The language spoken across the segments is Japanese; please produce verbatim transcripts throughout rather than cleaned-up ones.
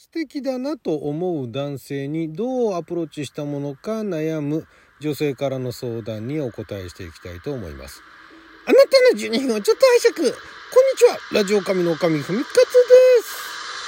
素敵だなと思う男性にどうアプローチしたものか悩む女性からの相談にお答えしていきたいと思います。あなたのじゅうにふんをちょっと拝借。こんにちは、ラジオ神の神ふみかつです。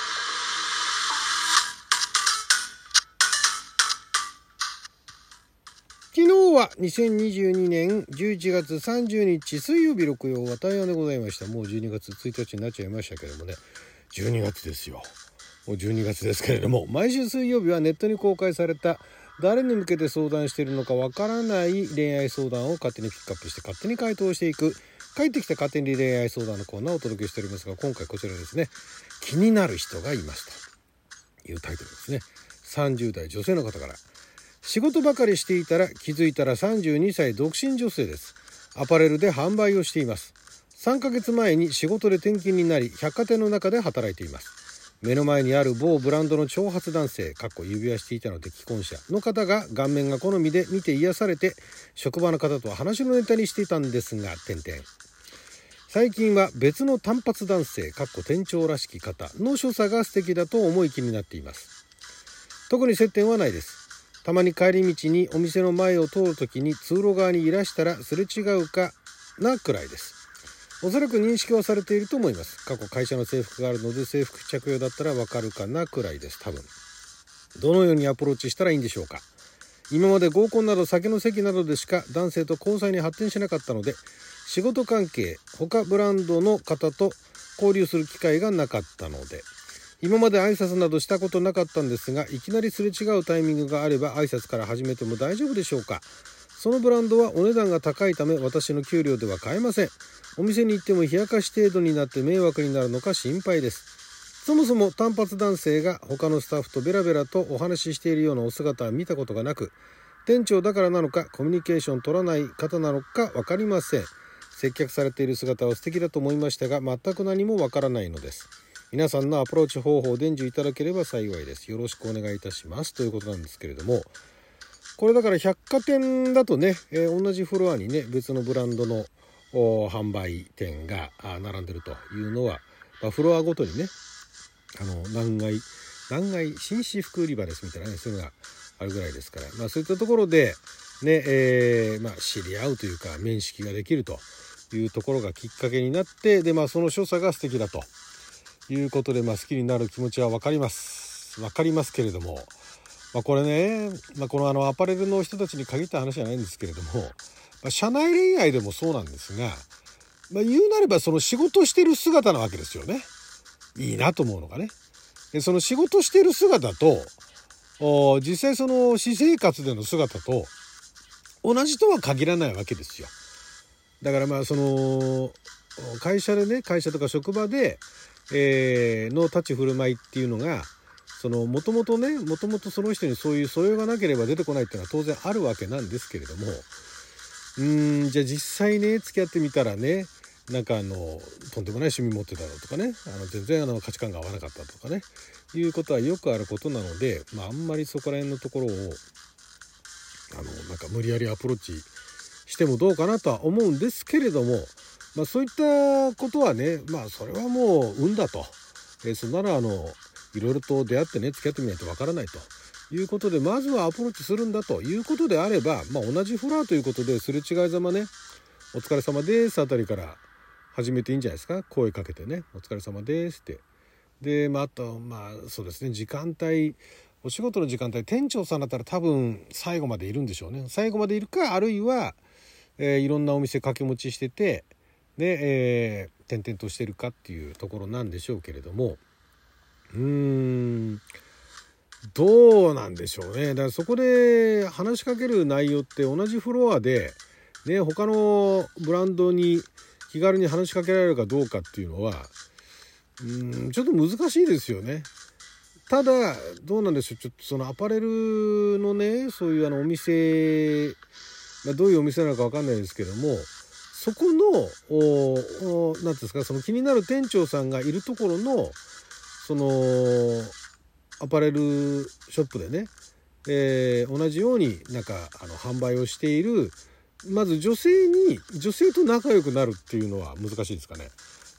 昨日はにせんにじゅうにねんじゅういちがつさんじゅうにち水曜日録曜は大安でございました。もうじゅうにがつついたちになっちゃいましたけれどもね、じゅうにがつですよ。もうじゅうにがつですけれども、毎週水曜日はネットに公開された誰に向けて相談しているのかわからない恋愛相談を勝手にピックアップして勝手に回答していく、帰ってきた勝手に恋愛相談のコーナーをお届けしておりますが、今回こちらですね、気になる人がいますというタイトルですね。さんじゅうだい女性の方から。仕事ばかりしていたら気づいたらさんじゅうにさい独身女性です。アパレルで販売をしています。さんかげつまえに仕事で転勤になり、百貨店の中で働いています。目の前にある某ブランドの長髪男性、かっこ指輪していたので既婚者の方が顔面が好みで見て癒されて、職場の方とは話のネタにしていたんですが、点々。最近は別の単発男性、かっこ店長らしき方の所作が素敵だと思い気になっています。特に接点はないです。たまに帰り道にお店の前を通るときに通路側にいらしたらすれ違うかなくらいです。おそらく認識はされていると思います。過去会社の制服があるので制服着用だったらわかるかなくらいです。多分。どのようにアプローチしたらいいんでしょうか。今まで合コンなど酒の席などでしか男性と交際に発展しなかったので、仕事関係他ブランドの方と交流する機会がなかったので、今まで挨拶などしたことなかったんですが、いきなりすれ違うタイミングがあれば挨拶から始めても大丈夫でしょうか。そのブランドはお値段が高いため私の給料では買えません。お店に行っても冷やかし程度になって迷惑になるのか心配です。そもそも単発男性が他のスタッフとベラベラとお話ししているようなお姿は見たことがなく、店長だからなのかコミュニケーション取らない方なのか分かりません。接客されている姿は素敵だと思いましたが、全く何も分からないのです。皆さんのアプローチ方法を伝授いただければ幸いです。よろしくお願いいたしますということなんですけれども、これだから百貨店だとね、えー、同じフロアにね別のブランドの販売店が並んでるというのは、まあ、フロアごとにね、あの何階何階紳士服売り場ですみたいなね、そういうのがあるぐらいですから、まあ、そういったところでね、えーまあ、知り合うというか面識ができるというところがきっかけになって、で、まあ、その所作が素敵だということで、まあ、好きになる気持ちは分かります分かりますけれども、まあ、これね、まあ、このあのアパレルの人たちに限った話じゃないんですけれども、まあ、社内恋愛でもそうなんですが、まあ、言うなればその仕事してる姿なわけですよね。いいなと思うのがね。でその仕事してる姿と実際その私生活での姿と同じとは限らないわけですよ。だからまあその会社でね、会社とか職場でえー、の立ち振る舞いっていうのが、そのもともとねもともとその人にそういう素養がなければ出てこないっていうのは当然あるわけなんですけれども、うーんじゃあ実際ね付き合ってみたらね、なんかあのとんでもない趣味持ってたのとかね、あの全然あの価値観が合わなかったとかねいうことはよくあることなので、まあ、あんまりそこら辺のところをあのなんか無理やりアプローチしてもどうかなとは思うんですけれども、まあ、そういったことはね、まあそれはもう運だと、えー、そんならあのいろいろと出会ってね付き合ってみないとわからないということで、まずはアプローチするんだということであれば、まあ、同じフロアということですれ違いざまね、お疲れ様ですあたりから始めていいんじゃないですか。声かけてね、お疲れ様ですって。で、まあ、あとまあそうですね、時間帯、お仕事の時間帯、店長さんだったら多分最後までいるんでしょうね。最後までいるか、あるいは、えー、いろんなお店掛け持ちしててで、えー、転々としてるかっていうところなんでしょうけれども、うーんどうなんでしょうね。だからそこで話しかける内容って同じフロアで、ね、他のブランドに気軽に話しかけられるかどうかっていうのはうーんちょっと難しいですよね。ただどうなんでしょう、ちょっとそのアパレルのねそういうあのお店、まあ、どういうお店なのか分かんないですけども、そこのお何ですか、その気になる店長さんがいるところのそのアパレルショップでね、えー、同じようになんかあの販売をしているまず女性に女性と仲良くなるっていうのは難しいですかね。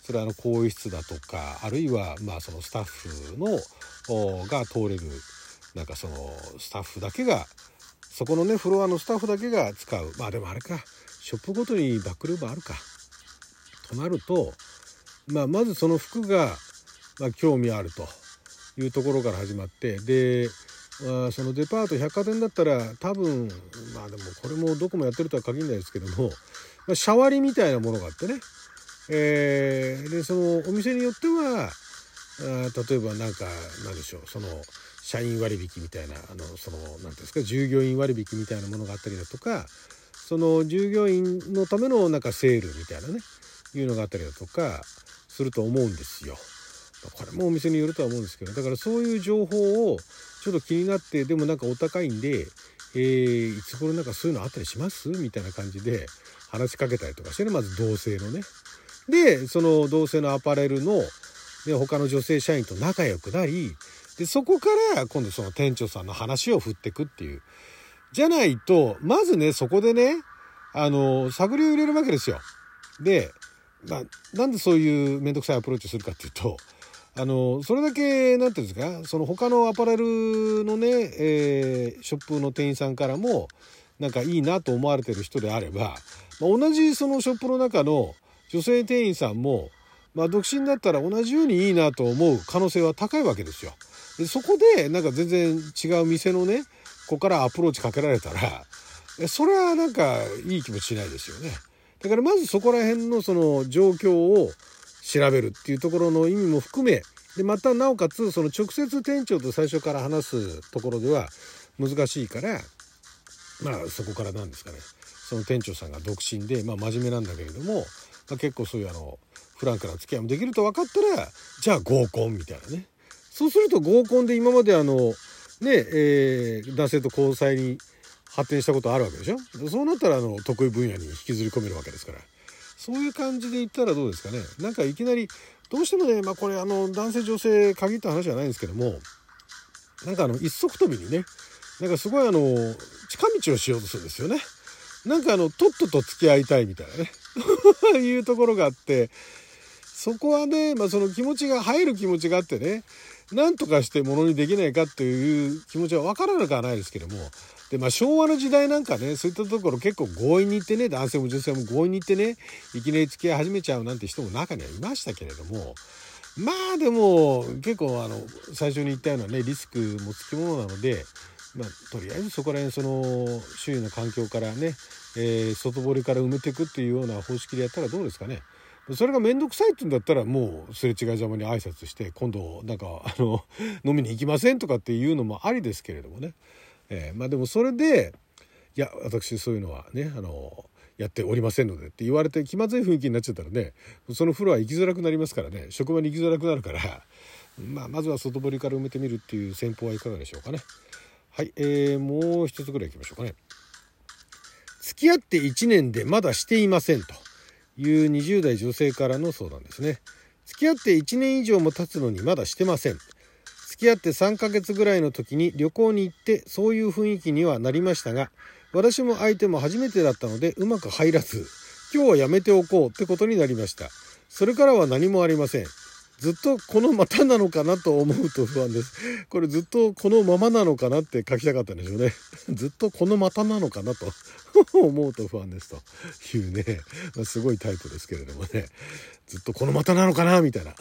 それはあの更衣室だとか、あるいはまあそのスタッフのが通れる、なんかそのスタッフだけが、そこのねフロアのスタッフだけが使う、まあでもあれか、ショップごとにバックルームあるかとなると、まあまずその服がまあ興味あるというところから始まって、でまあ、そのデパート百貨店だったら多分、まあでもこれもどこもやってるとは限らないですけども、まあ、シャワリみたいなものがあってね、えー、でそのお店によってはあ例えばなんかなんでしょう、その社員割引みたいな、あのそのなんていうんですか、従業員割引みたいなものがあったりだとか、その従業員のためのなんかセールみたいなねいうのがあったりだとかすると思うんですよ。これもお店によるとは思うんですけど、だからそういう情報をちょっと気になって、でもなんかお高いんで、えー、いつ頃なんかそういうのあったりしますみたいな感じで話しかけたりとかしてね、まず同性のね、でその同性のアパレルの、ね、他の女性社員と仲良くなり、でそこから今度その店長さんの話を振ってくっていう、じゃないとまずねそこでねあの探りを入れるわけですよ。で、まあ、なんでそういうめんどくさいアプローチをするかっていうと、あのそれだけなんていうんですか、その他のアパレルのね、えー、ショップの店員さんからもなんかいいなと思われてる人であれば、まあ、同じそのショップの中の女性店員さんも、まあ、独身だったら同じようにいいなと思う可能性は高いわけですよ。でそこでなんか全然違う店のねここからアプローチかけられたら、それはなんかいい気持ちしないですよね。だからまずそこら辺のその状況を調べるっていうところの意味も含め、でまたなおかつその直接店長と最初から話すところでは難しいから、まあそこからなんですかね、その店長さんが独身で、まあ、真面目なんだけれども、まあ、結構そういうあのフランクな付き合いもできると分かったら、じゃあ合コンみたいなね。そうすると合コンで今まであのね、えー、男性と交際に発展したことあるわけでしょ。そうなったらあの得意分野に引きずり込めるわけですから、そういう感じで言ったらどうですかね。なんかいきなりどうしてもね、まあこれあの男性女性限った話じゃないんですけども、なんかあの一足飛びにね、なんかすごいあの近道をしようとするんですよね。なんかあのとっとと付き合いたいみたいなねいうところがあって、そこはね、まあその気持ちが入る気持ちがあってね、なんとかしてものにできないかっていう気持ちは分からなくはないですけども、でまあ昭和の時代なんかね、そういったところ結構強引に言ってね、男性も女性も強引に言ってね、いきなり付き合い始めちゃうなんて人も中にはいましたけれども、まあでも結構あの最初に言ったようなねリスクもつきものなので、まあとりあえずそこら辺その周囲の環境からね、えー、外堀から埋めていくっていうような方式でやったらどうですかね。それが面倒くさいって言うんだったら、もうすれ違いざまに挨拶して、今度なんかあの飲みに行きませんとかっていうのもありですけれどもね、えー、まあでもそれで、いや私そういうのはねあのやっておりませんのでって言われて気まずい雰囲気になっちゃったらね、そのフロア行きづらくなりますからね、職場に行きづらくなるから、まあ、まずは外堀から埋めてみるっていう戦法はいかがでしょうかね。はい、えー、もう一つぐらい行きましょうかね。付き合っていちねんでまだしていませんというにじゅう代女性からの相談ですね。付き合っていちねん以上も経つのにまだしてません。付き合ってさんかげつぐらいの時に旅行に行ってそういう雰囲気にはなりましたが、私も相手も初めてだったのでうまく入らず、今日はやめておこうってことになりました。それからは何もありません。ずっとこのまたなのかなと思うと不安です。これずっとこのままなのかなって書きたかったんでしょうね。ずっとこのまたなのかなと思うと不安ですというね、まあ、すごいタイプですけれどもね、ずっとこのまたなのかなみたいなはい、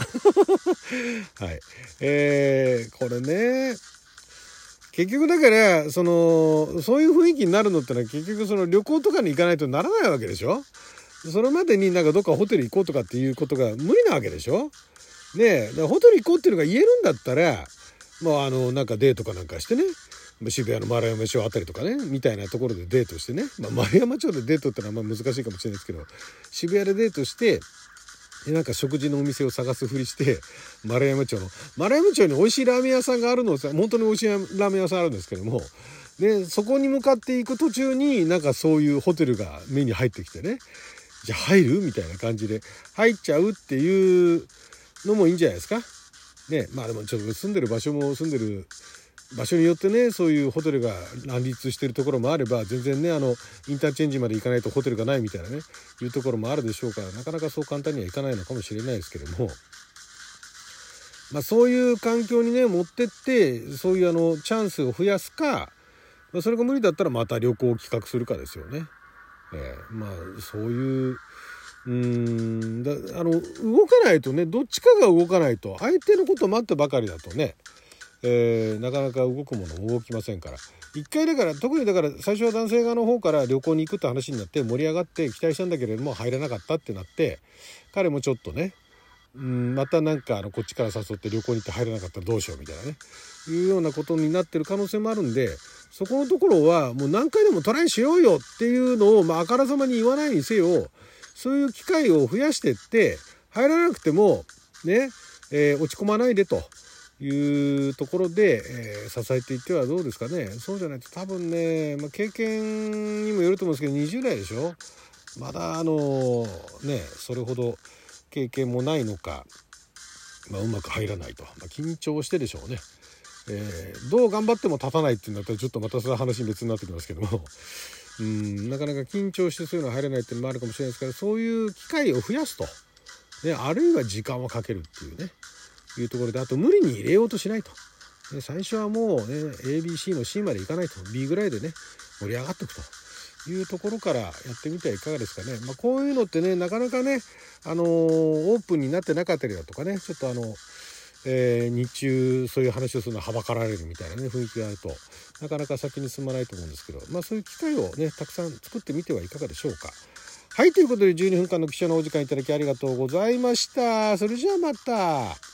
えー、これね、結局だからそのそういう雰囲気になるのってのは結局その旅行とかに行かないとならないわけでしょ。それまでになんかどっかホテル行こうとかっていうことが無理なわけでしょ。ねえ、だからホテル行こうっていうのが言えるんだったら、まああのなんかデートかなんかしてね、渋谷の丸山町あたりとかねみたいなところでデートしてね、まあ、丸山町でデートってのはまあ難しいかもしれないですけど、渋谷でデートしてでなんか食事のお店を探すふりして丸山町の丸山町に美味しいラーメン屋さんがあるのさ、本当に美味しいラーメン屋さんあるんですけども、でそこに向かっていく途中になんかそういうホテルが目に入ってきてね、じゃあ入るみたいな感じで入っちゃうっていうのもいいんじゃないですかね。まあでもちょっと住んでる場所も住んでる場所によってねそういうホテルが乱立しているところもあれば、全然ねあのインターチェンジまで行かないとホテルがないみたいなねいうところもあるでしょうから、なかなかそう簡単にはいかないのかもしれないですけども、まあ、そういう環境にね持ってってそういうあのチャンスを増やすか、まあ、それが無理だったらまた旅行を企画するかですよね。えー、まあそういううーんだあの動かないとね、どっちかが動かないと、相手のことを待ってばかりだとね、えー、なかなか動くものも動きませんから、一回だから特にだから最初は男性側の方から旅行に行くって話になって盛り上がって期待したんだけれども入らなかったってなって、彼もちょっとねうんまたなんかあのこっちから誘って旅行に行って入らなかったらどうしようみたいなねいうようなことになってる可能性もあるんで、そこのところはもう何回でもトライしようよっていうのを、まあ、あからさまに言わないにせよ、そういう機会を増やしてって入らなくてもね、えー、落ち込まないでというところで、えー、支えていってはどうですかね。そうじゃないと多分ね、まあ、経験にもよると思うんですけどにじゅう代でしょ、まだあのねそれほど経験もないのか、まあ、うまく入らないと、まあ、緊張してでしょうね。えー、どう頑張っても立たないっていうんだったらちょっとまたその話別になってきますけどもうんなかなか緊張してそういうのは入れないっていうのもあるかもしれないですから、そういう機会を増やすと、ね、あるいは時間をかけるっていうねいうところで、あと無理に入れようとしないと、ね、最初はもうね エービーシー の シー までいかないと ビー ぐらいでね盛り上がっていくというところからやってみてはいかがですかね。まあ、こういうのってねなかなかね、あのー、オープンになってなかったりだとかね、ちょっとあの、えー、日中そういう話をするのははばかられるみたいなね雰囲気があるとなかなか先に進まないと思うんですけど、まあそういう機会をねたくさん作ってみてはいかがでしょうか。はい、ということでじゅうにふんかんの記者のお時間いただきありがとうございました。それじゃあまた。